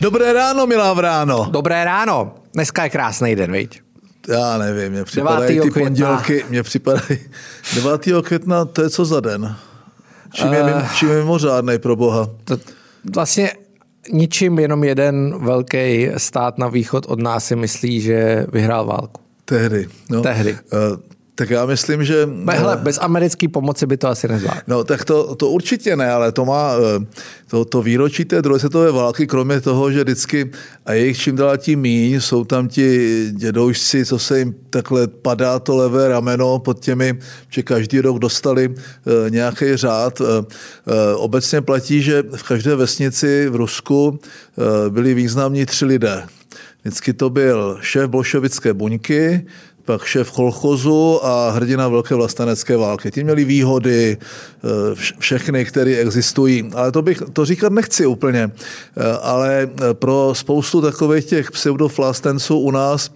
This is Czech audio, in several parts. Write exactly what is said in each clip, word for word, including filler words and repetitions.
Dobré ráno, milá Vráno. Dobré ráno. Dneska je krásný den, viď? Já nevím, mně připadají ty pondělky, mně připadají devátého května, to je co za den? Čím je, uh, čím je mimořádnej pro Boha? To, vlastně ničím, jenom jeden velký stát na východ od nás si myslí, že vyhrál válku. Tehdy. No. Tehdy. Uh, Tak já myslím, že... Hele, bez americké pomoci by to asi nezvládlo. No tak to, to určitě ne, ale to má to, to výročí té druhé světové války, kromě toho, že vždycky, a jejich čím dál tím míň, jsou tam ti dědoušci, co se jim takhle padá to levé rameno pod těmi, že každý rok dostali nějaký řád. Obecně platí, že v každé vesnici v Rusku byli významní tři lidé. Vždycky to byl šéf bolševické buňky, pak šéf kolchozu a hrdina velké vlastenecké války. Ti měli výhody, všechny, které existují. Ale to bych, to říkat nechci úplně. Ale pro spoustu takových těch pseudoflástenců u nás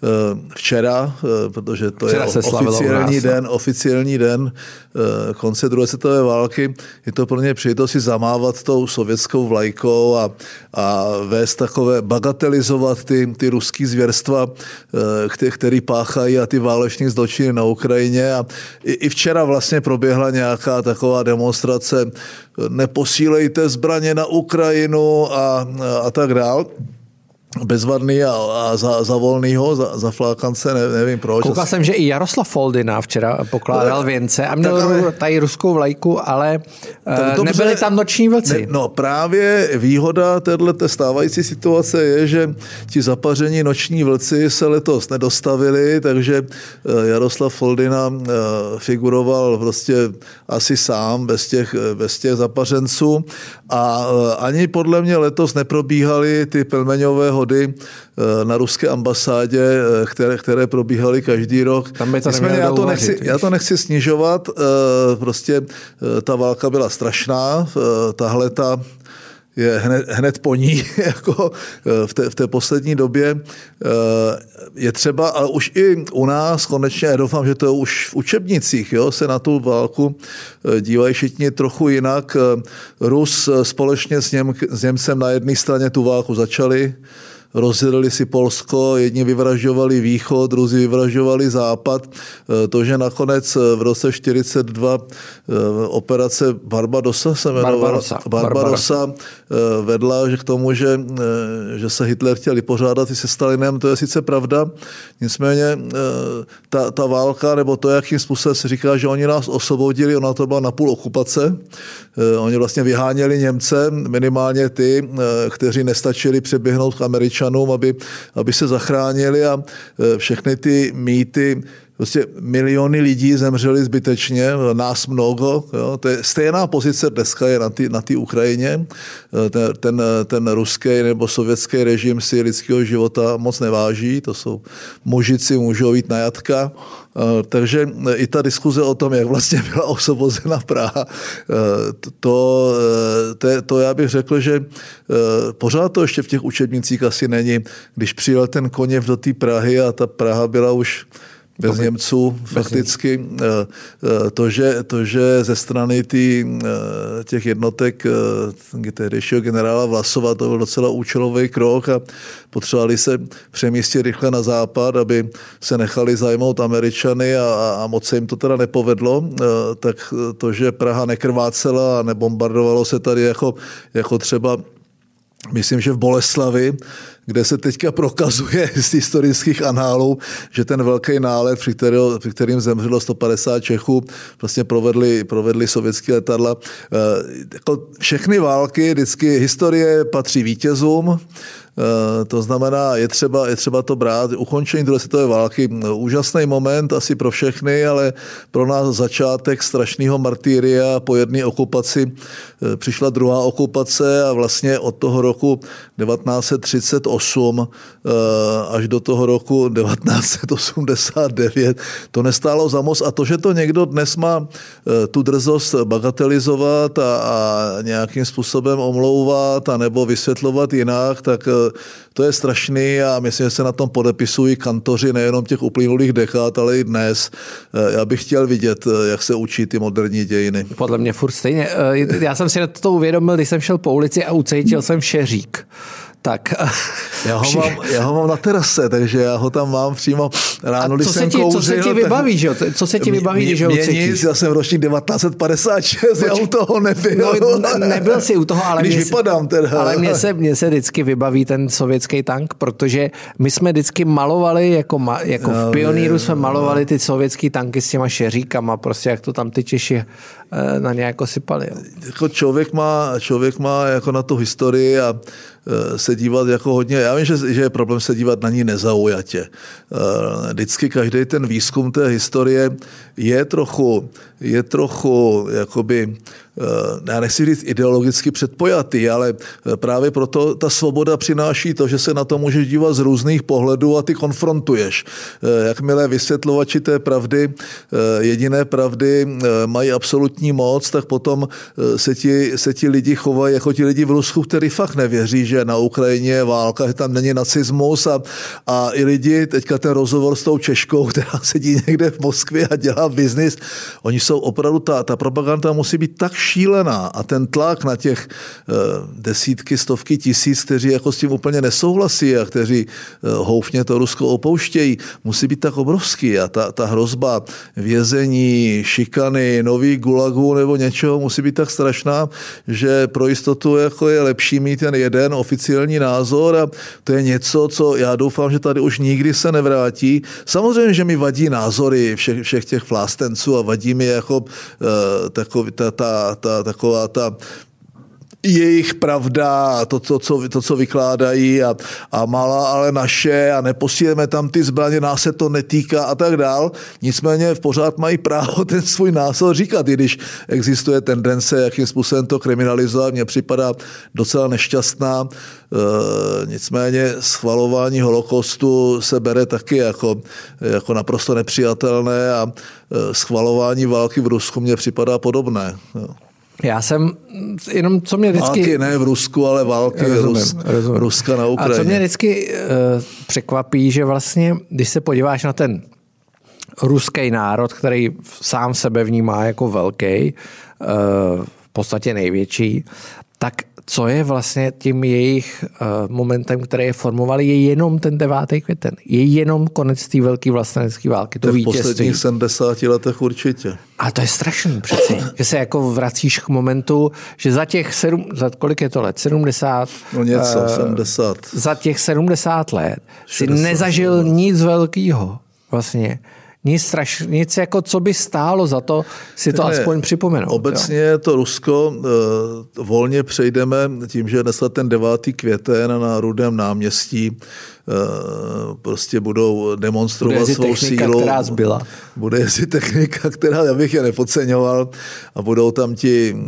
včera, protože to včera je oficiální den, oficiální den konce druhé světové války, je to pro ně příležitost si zamávat tou sovětskou vlajkou a, a vést takové, bagatelizovat ty, ty ruský zvěrstva, který páchají a ty váleční zločiny na Ukrajině. A i, i včera vlastně proběhla nějaká taková demonstrace, neposílejte zbraně na Ukrajinu a, a tak dál. Bezvadný a, a za, za volnýho, za, za flákance, ne, nevím proč. Koukal jsem, že i Jaroslav Foldina včera pokládal věnce a měl ale, tady ruskou vlajku, ale uh, nebyly tam noční vlci. Ne, no právě výhoda této stávající situace je, že ti zapaření noční vlci se letos nedostavili, takže Jaroslav Foldina uh, figuroval prostě asi sám, bez těch, bez těch zapařenců a uh, ani podle mě letos neprobíhaly ty pelmeňové hody na ruské ambasádě, které, které probíhaly každý rok. Nicméně já to, nechci, já to nechci snižovat, prostě ta válka byla strašná, tahle ta je hned, hned po ní, jako v té, v té poslední době je třeba, ale už i u nás konečně, já doufám, že to je už v učebnicích, jo, se na tu válku dívají všichni trochu jinak. Rus společně s, Něm, s Němcem na jedné straně tu válku začali, rozdělili si Polsko, jedni vyvražďovali východ, druzí vyvražďovali západ. To, že nakonec v roce čtyřicet dva operace Barbarossa se jmenovala, Barbarossa. Barbarossa vedla že k tomu, že, že se Hitler chtěl vypořádat i se Stalinem, to je sice pravda, nicméně ta, ta válka, nebo to, jakým způsobem se říká, že oni nás osvobodili, ona to byla napůl okupace, oni vlastně vyháněli Němce, minimálně ty, kteří nestačili přeběhnout k Američanům, aby, aby se zachránili a všechny ty mýty, prostě miliony lidí zemřeli zbytečně, nás mnoho. Jo. To je stejná pozice dneska je na té na Ukrajině. Ten, ten, ten ruský nebo sovětský režim si lidského života moc neváží. To jsou mužici, můžou jít na jatka. Takže i ta diskuze o tom, jak vlastně byla osvobozena Praha, to, to, to já bych řekl, že pořád to ještě v těch učebnicích asi není. Když přijel ten Koněv do té Prahy a ta Praha byla už bez Němců fakticky. To že, to, že ze strany tý, těch jednotek tehdejšího generála Vlasova, to byl docela účelový krok a potřebovali se přemístit rychle na západ, aby se nechali zajmout Američany a, a moc se jim to teda nepovedlo. Tak to, že Praha nekrvácela a nebombardovalo se tady jako, jako třeba myslím, že v Boleslavi, kde se teďka prokazuje z historických análů, že ten velký nálet, při, kterého, při kterým zemřelo sto padesát Čechů, vlastně provedli, provedli sovětské letadla. E, jako všechny války, vždycky historie patří vítězům, to znamená, je třeba, je třeba to brát. Ukončení druhé světové války, úžasný moment asi pro všechny, ale pro nás začátek strašného martyria. Po jedné okupaci přišla druhá okupace a vlastně od toho roku devatenáct set třicet osm až do toho roku devatenáct set osmdesát devět to nestálo za moc. A to, že to někdo dnes má tu drzost bagatelizovat a, a nějakým způsobem omlouvat a nebo vysvětlovat jinak, tak to je strašný a myslím, že se na tom podepisují kantoři nejenom těch uplynulých dekád, ale i dnes. Já bych chtěl vidět, jak se učí ty moderní dějiny. Podle mě furt stejně. Já jsem si to uvědomil, když jsem šel po ulici a ucítil jsem šeřík. Tak. Já ho, mám, já ho mám na terase, takže já ho tam mám přímo ráno, když jsem kouřil. Co se ti vybaví, že? Co se ti vybaví, mě, když ho ucítíš? Nic, já jsem ročník devatenáct set padesát šest, já u toho nebyl. No, nebyl jsi u toho, ale když mě vypadám teda. Ale mně se, mně se vždycky vybaví ten sovětský tank, protože my jsme vždycky malovali, jako, ma, jako v Pionýru jsme malovali ty sovětský tanky s těma šeříkama, prostě jak to tam ty Češi na ně jako sypali. Jo. Jako člověk má, člověk má jako na tu historii a se dívat jako hodně, já vím, že, že je problém se dívat na ní nezaujatě. Vždycky každý ten výzkum té historie je trochu, je trochu jakoby, já nechci říct ideologicky předpojatý, ale právě proto ta svoboda přináší to, že se na to můžeš dívat z různých pohledů a ty konfrontuješ. Jakmile vysvětlovači té pravdy, jediné pravdy mají absolutní moc, tak potom se ti, se ti lidi chovají jako ti lidi v Rusku, kteří fakt nevěří, že na Ukrajině je válka, že tam není nacismus a, a i lidi, teďka ten rozhovor s tou Češkou, která sedí někde v Moskvě a dělá biznis, oni jsou opravdu, ta, ta propaganda musí být tak šílená a ten tlak na těch uh, desítky, stovky tisíc, kteří jako s tím úplně nesouhlasí a kteří uh, houfně to Rusko opouštějí, musí být tak obrovský a ta, ta hrozba vězení, šikany, nový gulagů nebo něčeho musí být tak strašná, že pro jistotu jako je lepší mít ten jeden oficiální názor a to je něco, co já doufám, že tady už nikdy se nevrátí. Samozřejmě, že mi vadí názory všech, všech těch vlástenců a vadí mi jako uh, takový, ta, ta, ta, taková ta jejich pravda, to, to, co, to co vykládají a, a malá, ale naše a neposíleme tam ty zbraně, nás se to netýká a tak dál. Nicméně v pořád mají právo ten svůj názor říkat, i když existuje tendence, jakým způsobem to kriminalizovat. Mně připadá docela nešťastná. E, nicméně schvalování holokaustu se bere taky jako, jako naprosto nepřijatelné a e, schvalování války v Rusku mně připadá podobné. Jo. Já jsem jenom, co mě vždycky... Války ne v Rusku, ale války rozumím, Rus, rozumím. Ruska na Ukrajině. A co mě vždycky uh, překvapí, že vlastně, když se podíváš na ten ruský národ, který sám sebe vnímá jako velký, uh, v podstatě největší, tak co je vlastně tím jejich uh, momentem, který je formovali, je jenom ten devátý květen. Je jenom konec té velké vlastenecké války. To, to vítězství. V posledních sedmdesáti letech určitě. A to je strašný přeci, že se jako vracíš k momentu, že za těch sedm, za kolik je to let? sedmdesát? No něco, uh, sedmdesát. Za těch sedmdesát let šedesát, si nezažil no. nic velkého vlastně. Nic, straš, nic jako, co by stálo za to si to ne, aspoň připomenout. Obecně jo. to Rusko uh, volně přejdeme tím, že dneska ten devátý květen na Rudém náměstí uh, prostě budou demonstrovat bude svou technika, sílu. Která zbyla. Bude jezdit technika, která, já bych je nepodceňoval a budou tam ti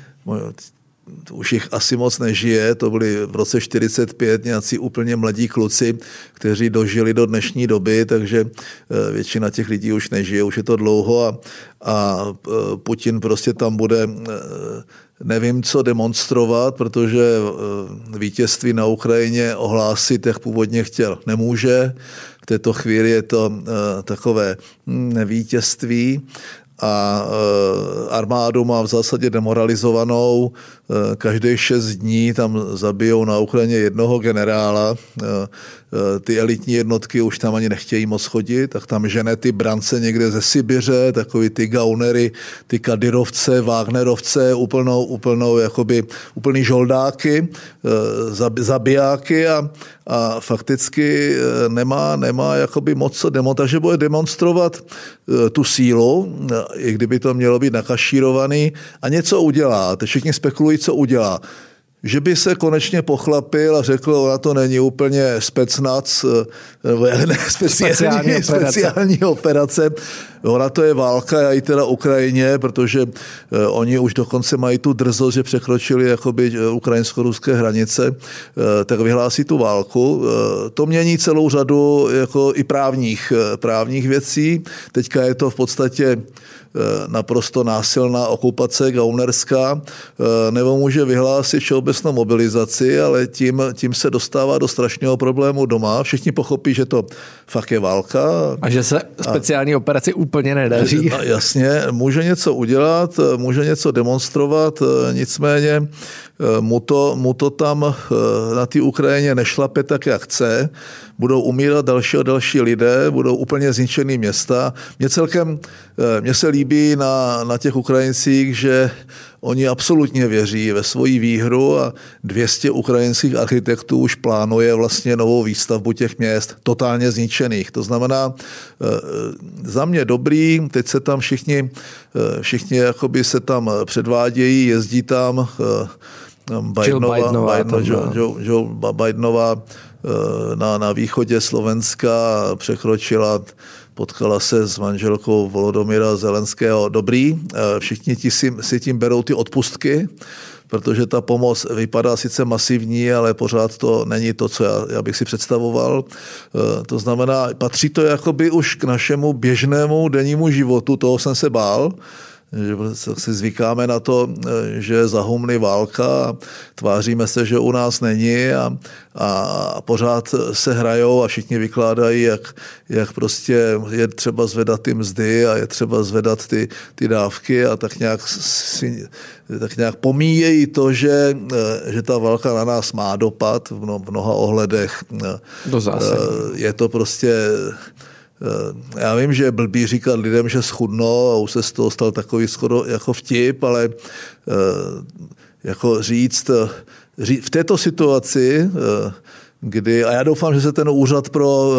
už jich asi moc nežije, to byli v roce čtyřicet pět nějací úplně mladí kluci, kteří dožili do dnešní doby, takže většina těch lidí už nežije, už je to dlouho a, a Putin prostě tam bude nevím, co demonstrovat, protože vítězství na Ukrajině ohlásit, jak původně chtěl, nemůže. V této chvíli je to takové vítězství a armádu má v zásadě demoralizovanou. Každých šest dní tam zabijou na Ukrajině jednoho generála. Ty elitní jednotky už tam ani nechtějí moc chodit, tak tam žene ty brance někde ze Sibiře, takový ty gaunery, ty kadyrovce, Wagnerovce, úplnou, úplnou jakoby, úplný žoldáky, zabijáky a, a fakticky nemá, nemá jakoby moc co demonstrovat, takže bude demonstrovat tu sílu, i kdyby to mělo být nakašírovaný a něco udělá. Teď všichni spekulují, co udělá. Že by se konečně pochlapil a řekl, ona to není úplně specnac, nebo ne, speciální, speciální, operace. speciální operace. Ona to je válka, já ji teda Ukrajině, protože oni už dokonce mají tu drzost, že překročili jakoby ukrajinsko-ruské hranice, tak vyhlásí tu válku. To mění celou řadu jako i právních, právních věcí. Teďka je to v podstatě naprosto násilná okupace gaunerská, nebo může vyhlásit všeobecnou mobilizaci, ale tím, tím se dostává do strašného problému doma. Všichni pochopí, že to fakt je válka. A že se speciální a, operaci úplně nedaří. No, jasně, může něco udělat, může něco demonstrovat, nicméně mu to, mu to tam na té Ukrajině nešlape tak, jak chce. Budou umírat další a další lidé, budou úplně zničený města. Mně celkem, mně se líbí na, na těch Ukrajincích, že oni absolutně věří ve svoji výhru a dvě stě ukrajinských architektů už plánuje vlastně novou výstavbu těch měst totálně zničených. To znamená, za mě dobrý, teď se tam všichni, všichni jakoby se tam předvádějí, jezdí tam Bidenová, Bidenová, Bidenová, Joe, Joe, Joe Bidenová na, na východě Slovenska překročila, potkala se s manželkou Volodymyra Zelenského. Dobrý, všichni ti si, si tím berou ty odpustky, protože ta pomoc vypadá sice masivní, ale pořád to není to, co já, já bych si představoval. To znamená, patří to jakoby už k našemu běžnému dennímu životu, toho jsem se bál, že si zvykáme na to, že za humny válka a tváříme se, že u nás není a, a pořád se hrajou a všichni vykládají, jak, jak prostě je třeba zvedat ty mzdy a je třeba zvedat ty, ty dávky a tak nějak, si, tak nějak pomíjejí to, že, že ta válka na nás má dopad v, mno, v mnoha ohledech. Do zásady. Je to prostě... Já vím, že je blbý říkat lidem, že schudnou a už se z toho stal takový skoro jako vtip, ale jako říct, říct v této situaci, kdy, a já doufám, že se ten úřad pro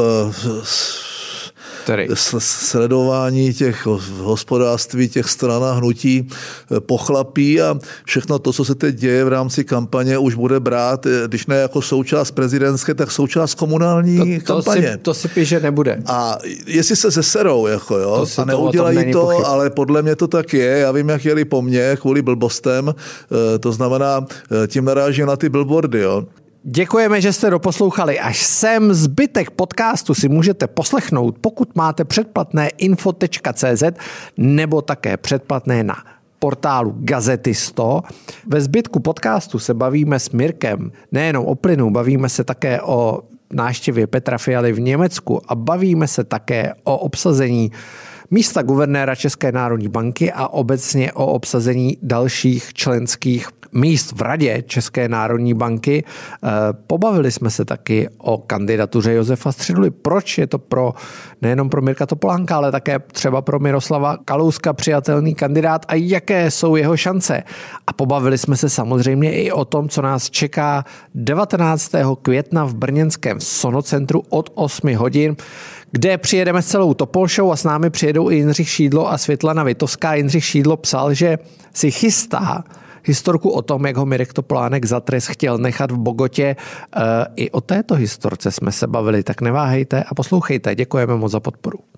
Tady. sledování těch hospodářství, těch stran a hnutí pochlapí a všechno to, co se teď děje v rámci kampaně, už bude brát, když ne jako součást prezidentské, tak součást komunální to, to kampaně. Si, to si píše nebude. A jestli se zeserou, jako jo, to a neudělají to, to ale podle mě to tak je, já vím, jak jeli po mně kvůli blbostem, to znamená, tím narážím na ty billboardy, jo. Děkujeme, že jste doposlouchali až sem. Zbytek podcastu si můžete poslechnout, pokud máte předplatné info tečka cé zet nebo také předplatné na portálu Gazety sto. Ve zbytku podcastu se bavíme s Mirkem nejenom o plynu, bavíme se také o návštěvě Petra Fialy v Německu a bavíme se také o obsazení místa guvernéra České národní banky a obecně o obsazení dalších členských míst v radě České národní banky. Pobavili jsme se taky o kandidatuře Josefa Středuly. Proč je to pro nejenom pro Mirka Topolánka, ale také třeba pro Miroslava Kalouska přijatelný kandidát a jaké jsou jeho šance. A pobavili jsme se samozřejmě i o tom, co nás čeká devatenáctého května v brněnském Sonocentru od osmi hodin, kde přijedeme s celou Topol Show a s námi přijedou i Jindřich Šídlo a Světlana Vitovská. Jindřich Šídlo psal, že si chystá historku o tom, jak ho Mirek Topolánek za trest chtěl nechat v Bogotě. I o této historce jsme se bavili, tak neváhejte a poslouchejte. Děkujeme moc za podporu.